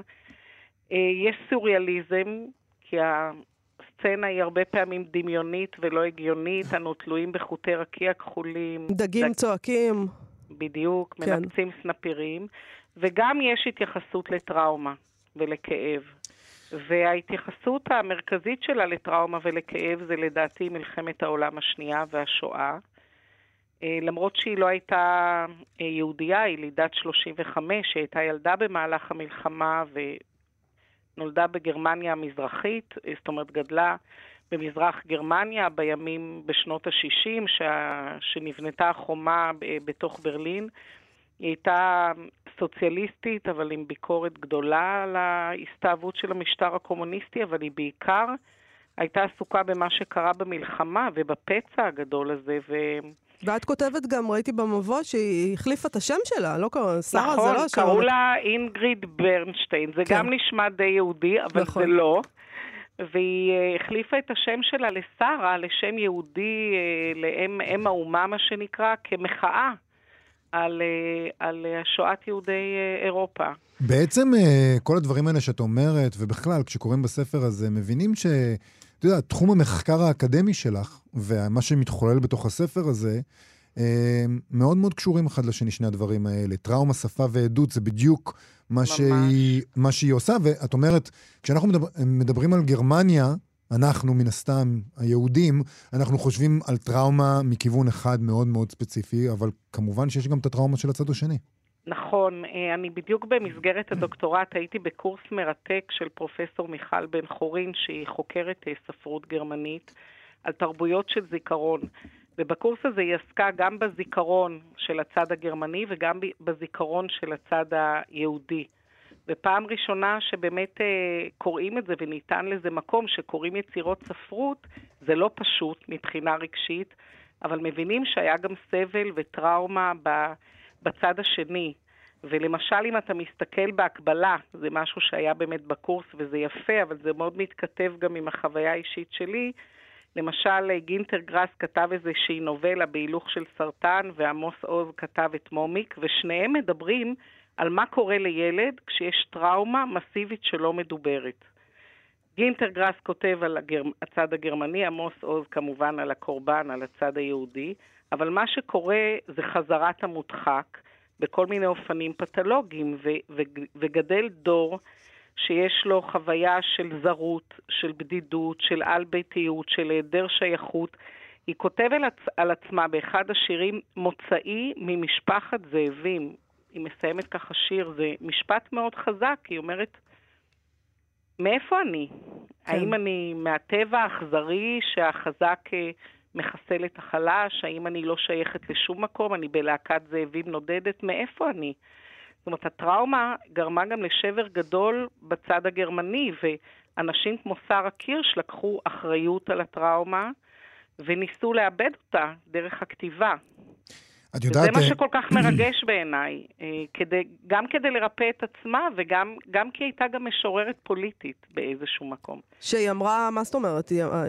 יש סוריאליזם, כי הסצנה היא הרבה פעמים דמיונית ולא הגיונית, אנו תלויים בחוטי רקיע כחולים. דגים דג... צועקים. בדיוק, כן. מנפצים סנפירים. וגם יש התייחסות לטראומה ולכאב. וההתייחסות המרכזית שלה לטראומה ולכאב זה לדעתי מלחמת העולם השנייה והשואה. למרות שהיא לא הייתה יהודייה, היא לידת שלושים וחמש, היא הייתה ילדה במהלך המלחמה ונולדה בגרמניה המזרחית, זאת אומרת גדלה במזרח גרמניה בימים בשנות ה-שישים שנבנתה החומה בתוך ברלין. היא הייתה סוציאליסטית, אבל עם ביקורת גדולה על ההסתאבות של המשטר הקומוניסטי, אבל היא בעיקר הייתה עסוקה במה שקרה במלחמה ובפצע הגדול הזה. ו... ואת כותבת גם, ראיתי במבוא, שהיא החליפה את השם שלה, לא קראו, שרה נכון, זה לא השם. נכון, קראו לה אינגריד ברנשטיין, זה כן. גם נשמע די יהודי, אבל נכון. זה לא. והיא החליפה את השם שלה לשרה, לשם יהודי, לאם האומה מה שנקרא, כמחאה. על, על שואת יהודי אירופה. בעצם כל הדברים האלה שאת אומרת, ובכלל, כשקוראים בספר הזה, מבינים ש, אתה יודע, תחום המחקר האקדמי שלך, ומה שמתחולל בתוך הספר הזה, מאוד מאוד קשורים אחד לשני, שני הדברים האלה. טראומה, שפה ועדות, זה בדיוק מה שהיא, מה שהיא עושה, ואת אומרת, כשאנחנו מדבר, מדברים על גרמניה, אנחנו, מן הסתם, היהודים, אנחנו חושבים על טראומה מכיוון אחד מאוד מאוד ספציפי, אבל כמובן שיש גם את הטראומה של הצד השני. נכון, אני בדיוק במסגרת הדוקטורט הייתי בקורס מרתק של פרופסור מיכל בן חורין, שהיא חוקרת ספרות גרמנית, על תרבויות של זיכרון. ובקורס הזה היא עסקה גם בזיכרון של הצד הגרמני וגם בזיכרון של הצד היהודי. ופעם ראשונה שבאמת אה, קוראים את זה וניתן לזה מקום שקוראים יצירות ספרות, זה לא פשוט מבחינה רגשית, אבל מבינים שהיה גם סבל וטראומה בצד השני. ולמשל אם אתה מסתכל בהקבלה, זה משהו שהיה באמת בקורס וזה יפה, אבל זה מאוד מתכתב גם עם החוויה האישית שלי. למשל גינטר גראס כתב איזושהי נובלה בהילוך של סרטן, ועמוס עוז כתב את מומיק, ושניהם מדברים על מה קורה לילד כשיש טראומה מסיבית שלא מדוברת. גינטר גראס כותב על הגר... הצד הגרמני, עמוס עוז כמובן על הקורבן, על הצד היהודי, אבל מה שקורה זה חזרת המודחק בכל מיני אופנים פתולוגיים, ו... ו... וגדל דור שיש לו חוויה של זרות, של בדידות, של על ביתיות, של היעדר שייכות. היא כותבת על, עצ... על עצמה באחד השירים, מוצאי ממשפחת זאבים. היא מסיימת ככה שיר, זה משפט מאוד חזק, היא אומרת, מאיפה אני? כן. האם אני מהטבע האכזרי שהחזק מחסל את החלש? האם אני לא שייכת לשום מקום? אני בלהקת זאבים נודדת? מאיפה אני? זאת אומרת, הטראומה גרמה גם לשבר גדול בצד הגרמני, ואנשים כמו שרה קירש לקחו אחריות על הטראומה, וניסו לאבד אותה דרך הכתיבה. את יודעת... זה מה שכל כך מרגש בעיניי, כדי, גם כדי לרפא את עצמה, וגם גם כי הייתה גם משוררת פוליטית באיזשהו מקום. שהיא אמרה, מה זאת אומרת?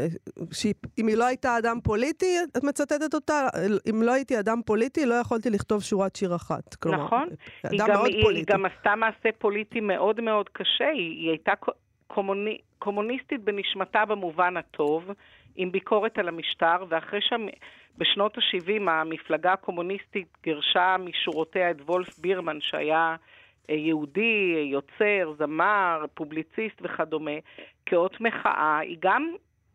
אם היא לא הייתה אדם פוליטי, את מצטטת אותה, אם לא הייתי אדם פוליטי, לא יכולתי לכתוב שורת שיר אחת. כלומר, נכון. היא גם, היא, היא גם עשתה מעשה פוליטי מאוד מאוד קשה, היא, היא הייתה קומוני, קומוניסטית בנשמתה במובן הטוב, עם ביקורת על המשטר, ואחרי שם... בשנות ה-שבעים המפלגה הקומוניסטית גרשה משורותיה את וולף בירמן, שהיה יהודי, יוצר, זמר, פובליציסט וכדומה, כאות מחאה. היא גם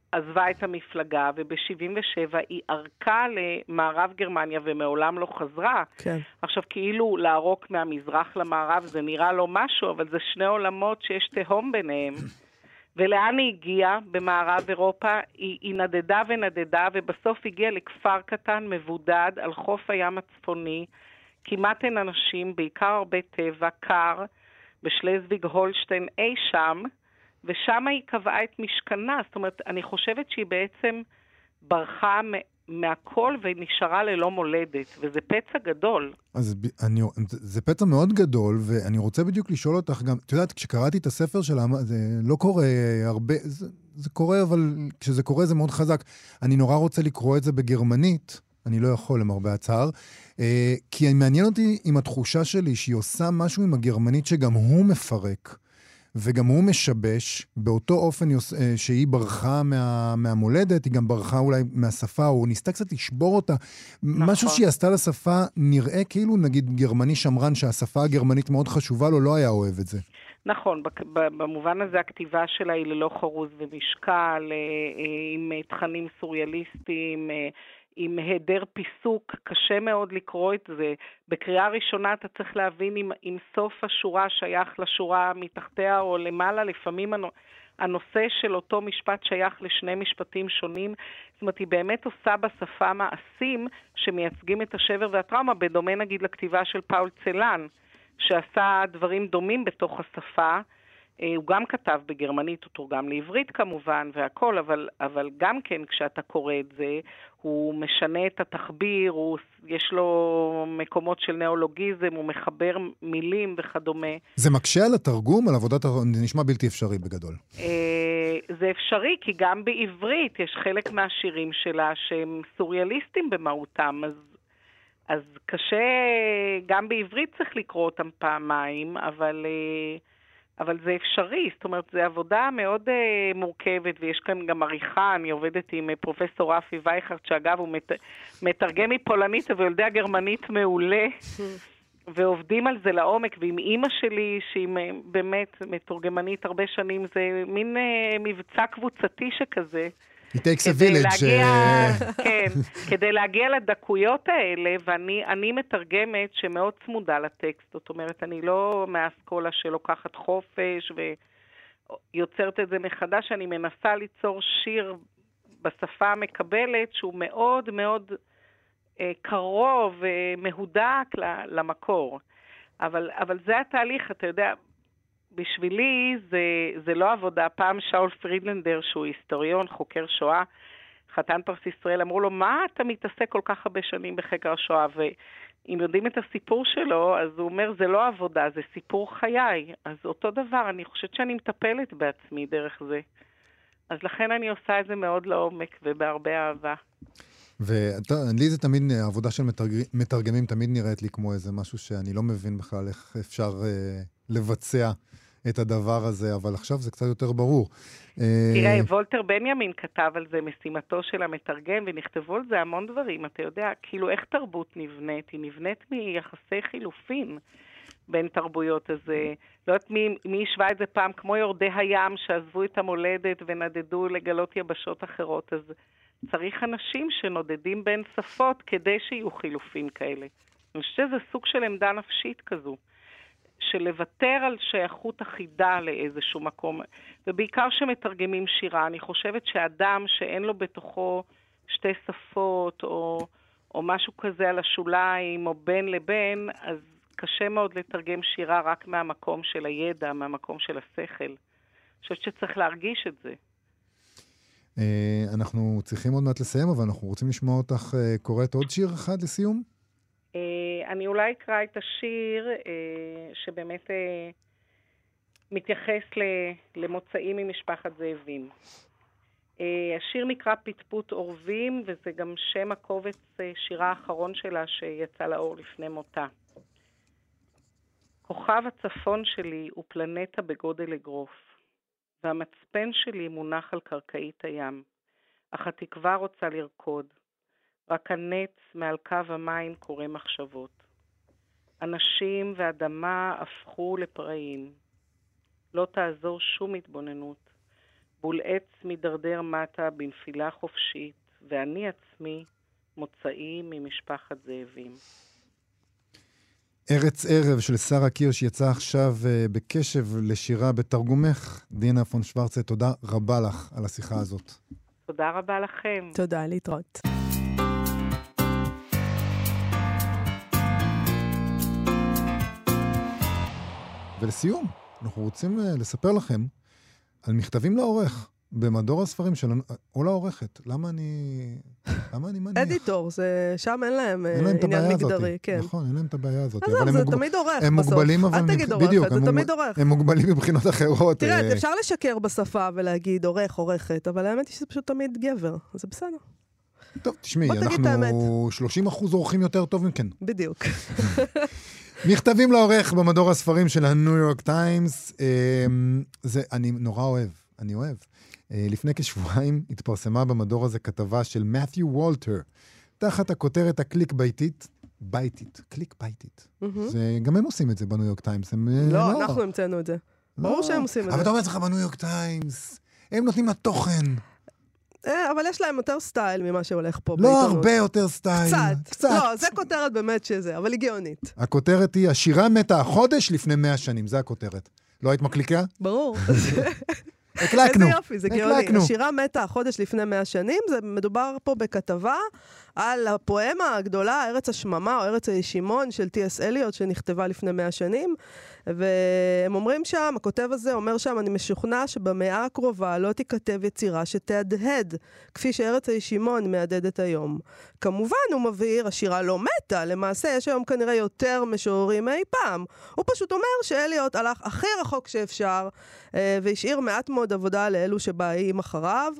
עזבה את המפלגה, וב-שבעים ושבע היא ערקה למערב גרמניה ומעולם לא חזרה. כן. עכשיו, כאילו לערוק מהמזרח למערב זה נראה לא משהו, אבל זה שני עולמות שיש תהום ביניהם. ולאן היא הגיעה במערב אירופה? היא, היא נדדה ונדדה, ובסוף הגיעה לכפר קטן מבודד על חוף הים הצפוני. כמעט אין אנשים, בעיקר הרבה טבע, קר, בשלזוויג הולשטיין אי שם, ושם היא קבעה את משכנה. זאת אומרת, אני חושבת שהיא בעצם ברחה מהכל ונשארה ללא מולדת, וזה פצע גדול. אז אני, זה פצע מאוד גדול, ואני רוצה בדיוק לשאול אותך גם, את יודעת, כשקראתי את הספר שלה, זה לא קורה הרבה, זה, זה קורה, אבל כשזה קורה זה מאוד חזק. אני נורא רוצה לקרוא את זה בגרמנית, אני לא יכול למרבה הצער, כי מעניין אותי עם התחושה שלי שהיא עושה משהו עם הגרמנית שגם הוא מפרק, וגם הוא משבש, באותו אופן שהיא ברחה מה, מהמולדת, היא גם ברחה אולי מהשפה, או ניסתה קצת לשבור אותה. נכון. משהו שהיא עשתה לשפה נראה כאילו, נגיד גרמני שמרן, שהשפה הגרמנית מאוד חשובה לו, לא היה אוהב את זה. נכון, במובן הזה הכתיבה שלה היא ללא חרוז ומשקל, עם תכנים סוריאליסטיים, עם היעדר פיסוק, קשה מאוד לקרוא את זה. בקריאה ראשונה אתה צריך להבין אם, אם סוף השורה שייך לשורה מתחתיה או למעלה, לפעמים הנושא של אותו משפט שייך לשני משפטים שונים. זאת אומרת, היא באמת עושה בשפה מעשים שמייצגים את השבר והטראומה, בדומה נגיד לכתיבה של פאול צלן, שעשה דברים דומים בתוך השפה. הוא גם כתב בגרמנית, הוא תורגם לעברית כמובן והכל, אבל, אבל גם כן כשאתה קורא את זה, הוא משנה את התחביר, הוא, יש לו מקומות של נאולוגיזם, הוא מחבר מילים וכדומה. זה מקשה על התרגום, על עבודת, זה נשמע בלתי אפשרי בגדול. זה אפשרי, כי גם בעברית יש חלק מהשירים שלה שהם סוריאליסטים במהותם, אז, אז קשה, גם בעברית צריך לקרוא אותם פעמיים, אבל... אבל זה אפשרי, זאת אומרת, זו עבודה מאוד uh, מורכבת, ויש כאן גם עריכה, אני עובדת עם uh, פרופסור רפי וייכרט, שאגב הוא מת, מתרגם מפולנית, אבל יודע גרמנית מעולה, ועובדים על זה לעומק, ועם אימא שלי, שהיא באמת מתורגמנית הרבה שנים, זה מין uh, מבצע קבוצתי שכזה, It takes a village. להגיע, כן, כדי להגיע לדקויות האלה, ואני אני מתרגמת שמאוד צמודה לטקסט, זאת אומרת, אני לא מהאסכולה שלוקחת חופש ויוצרת את זה מחדש, אני מנסה ליצור שיר בשפה המקבלת שהוא מאוד מאוד אה, קרוב ומהודק למקור. אבל, אבל זה התהליך, אתה יודע, בשבילי זה, זה לא עבודה. פעם שאול פרידלנדר, שהוא היסטוריון, חוקר שואה, חתן פרס ישראל, אמרו לו, מה אתה מתעסק כל כך הרבה שנים בחקר השואה? ואם יודעים את הסיפור שלו, אז הוא אומר, זה לא עבודה, זה סיפור חיי. אז אותו דבר, אני חושבת שאני מטפלת בעצמי דרך זה. אז לכן אני עושה את זה מאוד לעומק ובהרבה אהבה. ולי זה תמיד, העבודה של מתרגמים תמיד נראית לי כמו איזה משהו שאני לא מבין בכלל איך אפשר אה, לבצע את הדבר הזה, אבל עכשיו זה קצת יותר ברור. תראה, וולטר בנימין כתב על זה משימתו של המתרגם, ונכתבו על זה המון דברים. אתה יודע, כאילו איך תרבות נבנית? היא נבנית מיחסי חילופין בין תרבויות. אז לא יודעת מי, מי ישווה את זה פעם, כמו יורדי הים שעזבו את המולדת ונדדו לגלות יבשות אחרות. אז צריך אנשים שנודדים בין שפות כדי שיהיו חילופין כאלה. אני חושבת שזה סוג של עמדה נפשית כזו, של לוותר על שייכות אחידה לאיזשהו מקום, ובעיקר שמתרגמים שירה. אני חושבת שאדם שאין לו בתוכו שתי שפות, או, או משהו כזה על השוליים, או בין לבין, אז קשה מאוד לתרגם שירה רק מהמקום של הידע, מהמקום של השכל. אני חושבת שצריך להרגיש את זה. אנחנו צריכים עוד מעט לסיים, אבל אנחנו רוצים לשמוע אותך קוראת עוד שיר אחד לסיום? אני אולי אקרא את השיר שבאמת מתייחס למוצאים ממשפחת זאבים. השיר נקרא פטפוט אורבים, וזה גם שם הקובץ שירה האחרון שלה שיצא לאור לפני מותה. כוכב הצפון שלי הוא פלנטה בגודל אגרוף, והמצפן שלי מונח על קרקעית הים, אך התקווה רוצה לרקוד. רק הנץ מעל קו המים קורא מחשבות. אנשים ואדמה הפכו לפראים. לא תעזור שום התבוננות. בול עץ מדרדר מטה בנפילה חופשית, ואני עצמי מוצאי ממשפחת זאבים. ארץ ערב של שרה קירש יצא עכשיו uh, בקשב לשירה בתרגומך. דינה פון שוורצה, תודה רבה לך על השיחה הזאת. תודה רבה לכם. תודה, להתראות. ולסיום, אנחנו רוצים uh, לספר לכם על מכתבים לעורך במדור הספרים שלנו, או לעורכת. למה אני... למה אני מניח? אדיטור, זה... שם אין להם, אין להם עניין מגדרי, כן. נכון, אין להם את הבעיה הזאת. אז זה תמיד עורך הם בסוף. מוגבלים, אבל... אל תגיד עורכת, בדיוק, זה תמיד עורך. הם מוגבלים מבחינות אחרות. תראה, אפשר לשקר בשפה ולהגיד עורך, עורכת, אבל האמת היא שזה פשוט תמיד גבר, אז זה בסדר. טוב, תשמעי, אנחנו שלושים אחוז עורכים יותר טוב מכן. בדיוק. מכתבים לעורך במדור הספרים של הניו יורק טיימס. זה, אני נורא אוהב, אני אוהב. לפני כשבועיים התפרסמה במדור הזה כתבה של מת'יו וולטר, תחת הכותרת הקליק בייטית, בייטית, קליק בייטית. זה, גם הם עושים את זה בניו יורק טיימס. לא, אנחנו המצאנו את זה. ברור שהם עושים את זה. אבל אתה אומר לך בניו יורק טיימס, הם נותנים לה תוכן. אבל יש להם יותר סטייל ממה שהולך פה בעיתונות. לא הרבה יותר סטייל. קצת. קצת. לא, זה כותרת באמת שזה, אבל היא גאונית. הכותרת היא, השירה מתה החודש לפני מאה שנים, זה הכותרת. לא היית מקליקה? ברור. הקלקנו. איזה יופי, זה גאוני. השירה מתה החודש לפני מאה שנים, זה מדובר פה בכתבה על הפואמה הגדולה, ארץ השממה או ארץ הישימון של טי אס אליוט, שנכתבה לפני מאה שנים, והם אומרים שם, הכותב הזה אומר שם, אני משוכנע שבמאה הקרובה לא תיכתב יצירה שתהדהד, כפי שארץ הישימון מהדהדת היום. כמובן, הוא מבהיר, השירה לא מתה, למעשה יש היום כנראה יותר משוררים מאי פעם. הוא פשוט אומר שאליוט הלך הכי רחוק שאפשר, והשאיר מעט מאוד עבודה לאלו שבאים אחריו.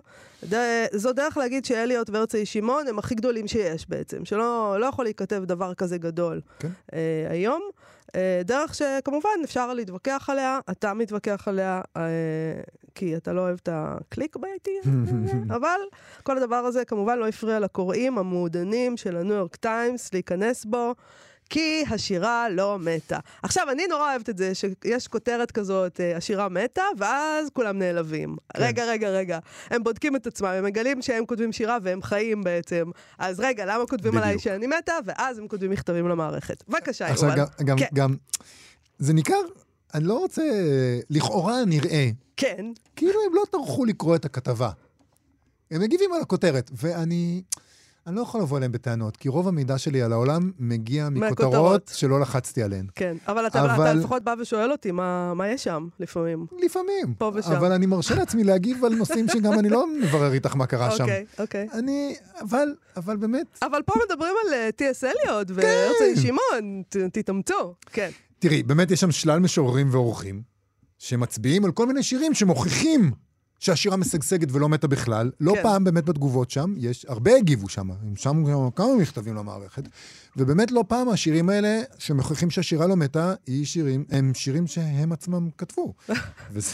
זו דרך להגיד שאליוט וארץ הישימון הם הכי גדולים שיש בעצם, שלא לא יכול להיכתב דבר כזה גדול כן. אה, היום. אה, דרך שכמובן אפשר להתווכח עליה, אתה מתווכח עליה, אה, כי אתה לא אוהב את הקליק בייטי, אבל כל הדבר הזה כמובן לא הפריע לקוראים המעודנים של הניו יורק טיימס להיכנס בו, כי השירה לא מתה. עכשיו, אני נורא אוהבת את זה, שיש כותרת כזאת, השירה מתה, ואז כולם נעלבים. כן. רגע, רגע, רגע. הם בודקים את עצמם, הם מגלים שהם כותבים שירה והם חיים בעצם. אז רגע, למה כותבים בדיוק. עליי שאני מתה? ואז הם כותבים מכתבים למערכת. בבקשה, יובל. עכשיו, גם, גם, כן. גם, זה ניכר, אני לא רוצה, לכאורה נראה. כן. כאילו הם לא טרחו לקרוא את הכתבה. הם מגיבים על הכותרת, ואני... אני לא יכול לבוא אליהם בטענות, כי רוב המידע שלי על העולם מגיע מכותרות שלא לחצתי עליהן. כן, אבל אתה, אבל... אתה לפחות בא ושואל אותי, מה, מה יש שם לפעמים? לפעמים. פה ושם. אבל אני מרשה לעצמי להגיב על נושאים שגם אני לא מברר איתך מה קרה שם. אוקיי, אוקיי. אני, אבל, אבל באמת... אבל פה מדברים על טי אס אליוט וארץ הישימון, תתאמצו. כן. תראי, באמת יש שם שלל משוררים ועורכים, שמצביעים על כל מיני שירים שמוכיחים שהשירה משגשגת ולא מתה בכלל. לא כן. פעם באמת בתגובות שם, יש הרבה הגיבו שם, שם כמה מכתבים למערכת, ובאמת לא פעם השירים האלה שמוכיחים שהשירה לא מתה, היא שירים, הם שירים שהם עצמם כתבו. וזה,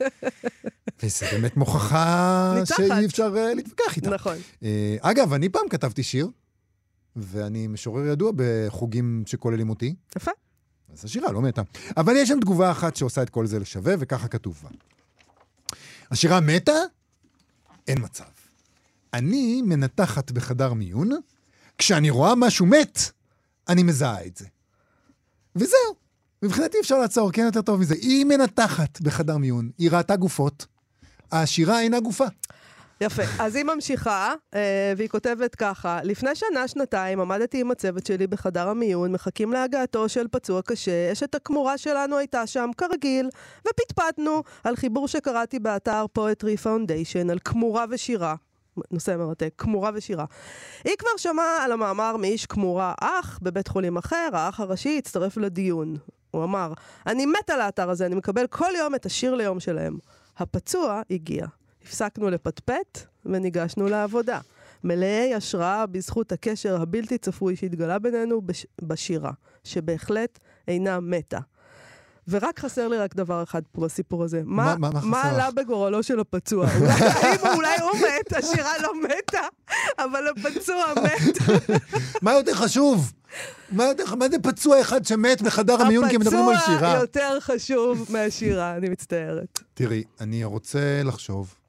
וזה באמת מוכחה שאי אפשר uh, להתווכח איתה. נכון. Uh, אגב, אני פעם כתבתי שיר, ואני משורר ידוע בחוגים שכוללים אותי. יפה. אז השירה לא מתה. אבל יש שם תגובה אחת שעושה את כל זה לשווה, וככה כתוב בה. השירה מתה? אין מצב. אני מנתחת בחדר מיון, כשאני רואה משהו מת, אני מזהה את זה. וזהו. מבחינתי אפשר לעצור, כן יותר טוב מזה. היא מנתחת בחדר מיון, היא ראתה גופות, השירה אינה גופה. יפה. אז היא ממשיכה, והיא כותבת ככה, לפני שנה, שנתיים, עמדתי עם הצוות שלי בחדר המיון, מחכים להגעתו של פצוע קשה, אשת הכמורה שלנו הייתה שם כרגיל, ופטפטנו על חיבור שקראתי באתר Poetry Foundation, על כמורה ושירה. נושא מרתק, כמורה ושירה. היא כבר שמעה על המאמר מאיש כמורה אח בבית חולים אחר, האח הראשי הצטרף לדיון. הוא אמר, אני מת על האתר הזה, אני מקבל כל יום את השיר ליום שלהם. הפצוע הגיע. הפסקנו לפטפט וניגשנו לעבודה. מלאי השראה בזכות הקשר הבלתי צפוי שהתגלה בינינו בש... בשירה, שבהחלט אינה מתה. ורק חסר לי רק דבר אחד פה בסיפור הזה. מה, מה, מה, מה עלה בגורלו של הפצוע? אולי, אולי הוא מת, השירה לא מתה, אבל הפצוע מת. מה יותר חשוב? מה, יותר, מה זה פצוע אחד שמת בחדר המיון כי מדברים על שירה? הפצוע יותר חשוב מהשירה, אני מצטערת. תראי, אני רוצה לחשוב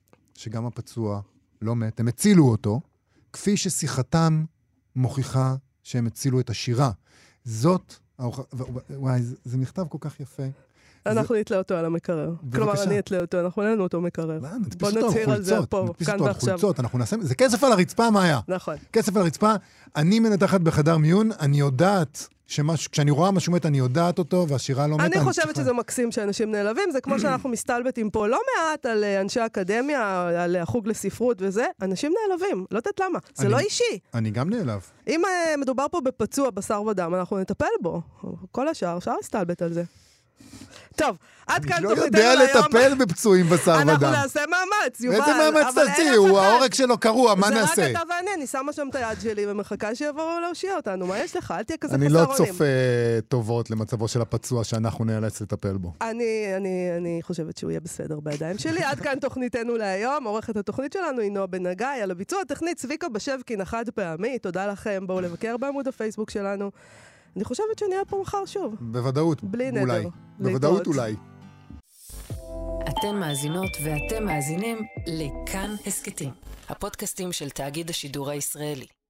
שגם הפצוע לא מת, הם הצילו אותו, כפי ששיחתם מוכיחה שהם הצילו את השירה. זאת, וואי, זה, זה מכתב כל כך יפה. אנחנו נתלה אותו על המקרר. כלומר, אני אתלה אותו, אנחנו נהנו אותו מקרר. בוא נצהיר על זה פה, כאן ועכשיו. זה כסף על הרצפה, מה היה? נכון. כסף על הרצפה, אני מנתחת בחדר מיון, אני יודעת כשאני רואה משהו מת, אני יודעת אותו, והשירה לא מתה. אני חושבת שזה מקסים שאנשים נעלבים, זה כמו שאנחנו מסתלבטים פה לא מעט על אנשי אקדמיה, על החוג לספרות וזה, אנשים נעלבים, לא יודעת למה, זה לא אישי. אני גם נעלב. אם מדובר פה בפצוע, בשר ודם, אנחנו נטפל בו. כל השאר, אפשר להסתלבט על זה. טוב, עד כאן תוכניתנו להיום. אני לא יודע לטפל בפצועים בשר ודם. אנחנו נעשה מאמץ, יובל. איזה מאמץ תעשי? הוא העורק שלו קרוע, מה נעשה? זה רק אתה ואני, אני שמה שם את היד שלי ומחכה שיבואו להושיע אותנו. מה יש לך? אל תהיה כזה חסר אונים. אונים. אני לא צופה טובות למצבו של הפצוע שאנחנו נאלץ לטפל בו. אני, אני, אני חושבת שהוא יהיה בסדר בידיים שלי. עד כאן תוכניתנו להיום. עורכת התוכנית שלנו היא נועה בן הגיא. על הביצוע הטכנית צביקה בשבקין החד פעמי. תודה לכם. בואו לבקר בעמוד הפייסבוק שלנו. אני חושבת שנהיה פה מחר שוב. בוודאות, בלי נדר. אולי. בוודאות אולי. אתם מאזינות ואתם מאזינים לכאן הסקטים, הפודקאסטים של תאגיד השידור הישראלי.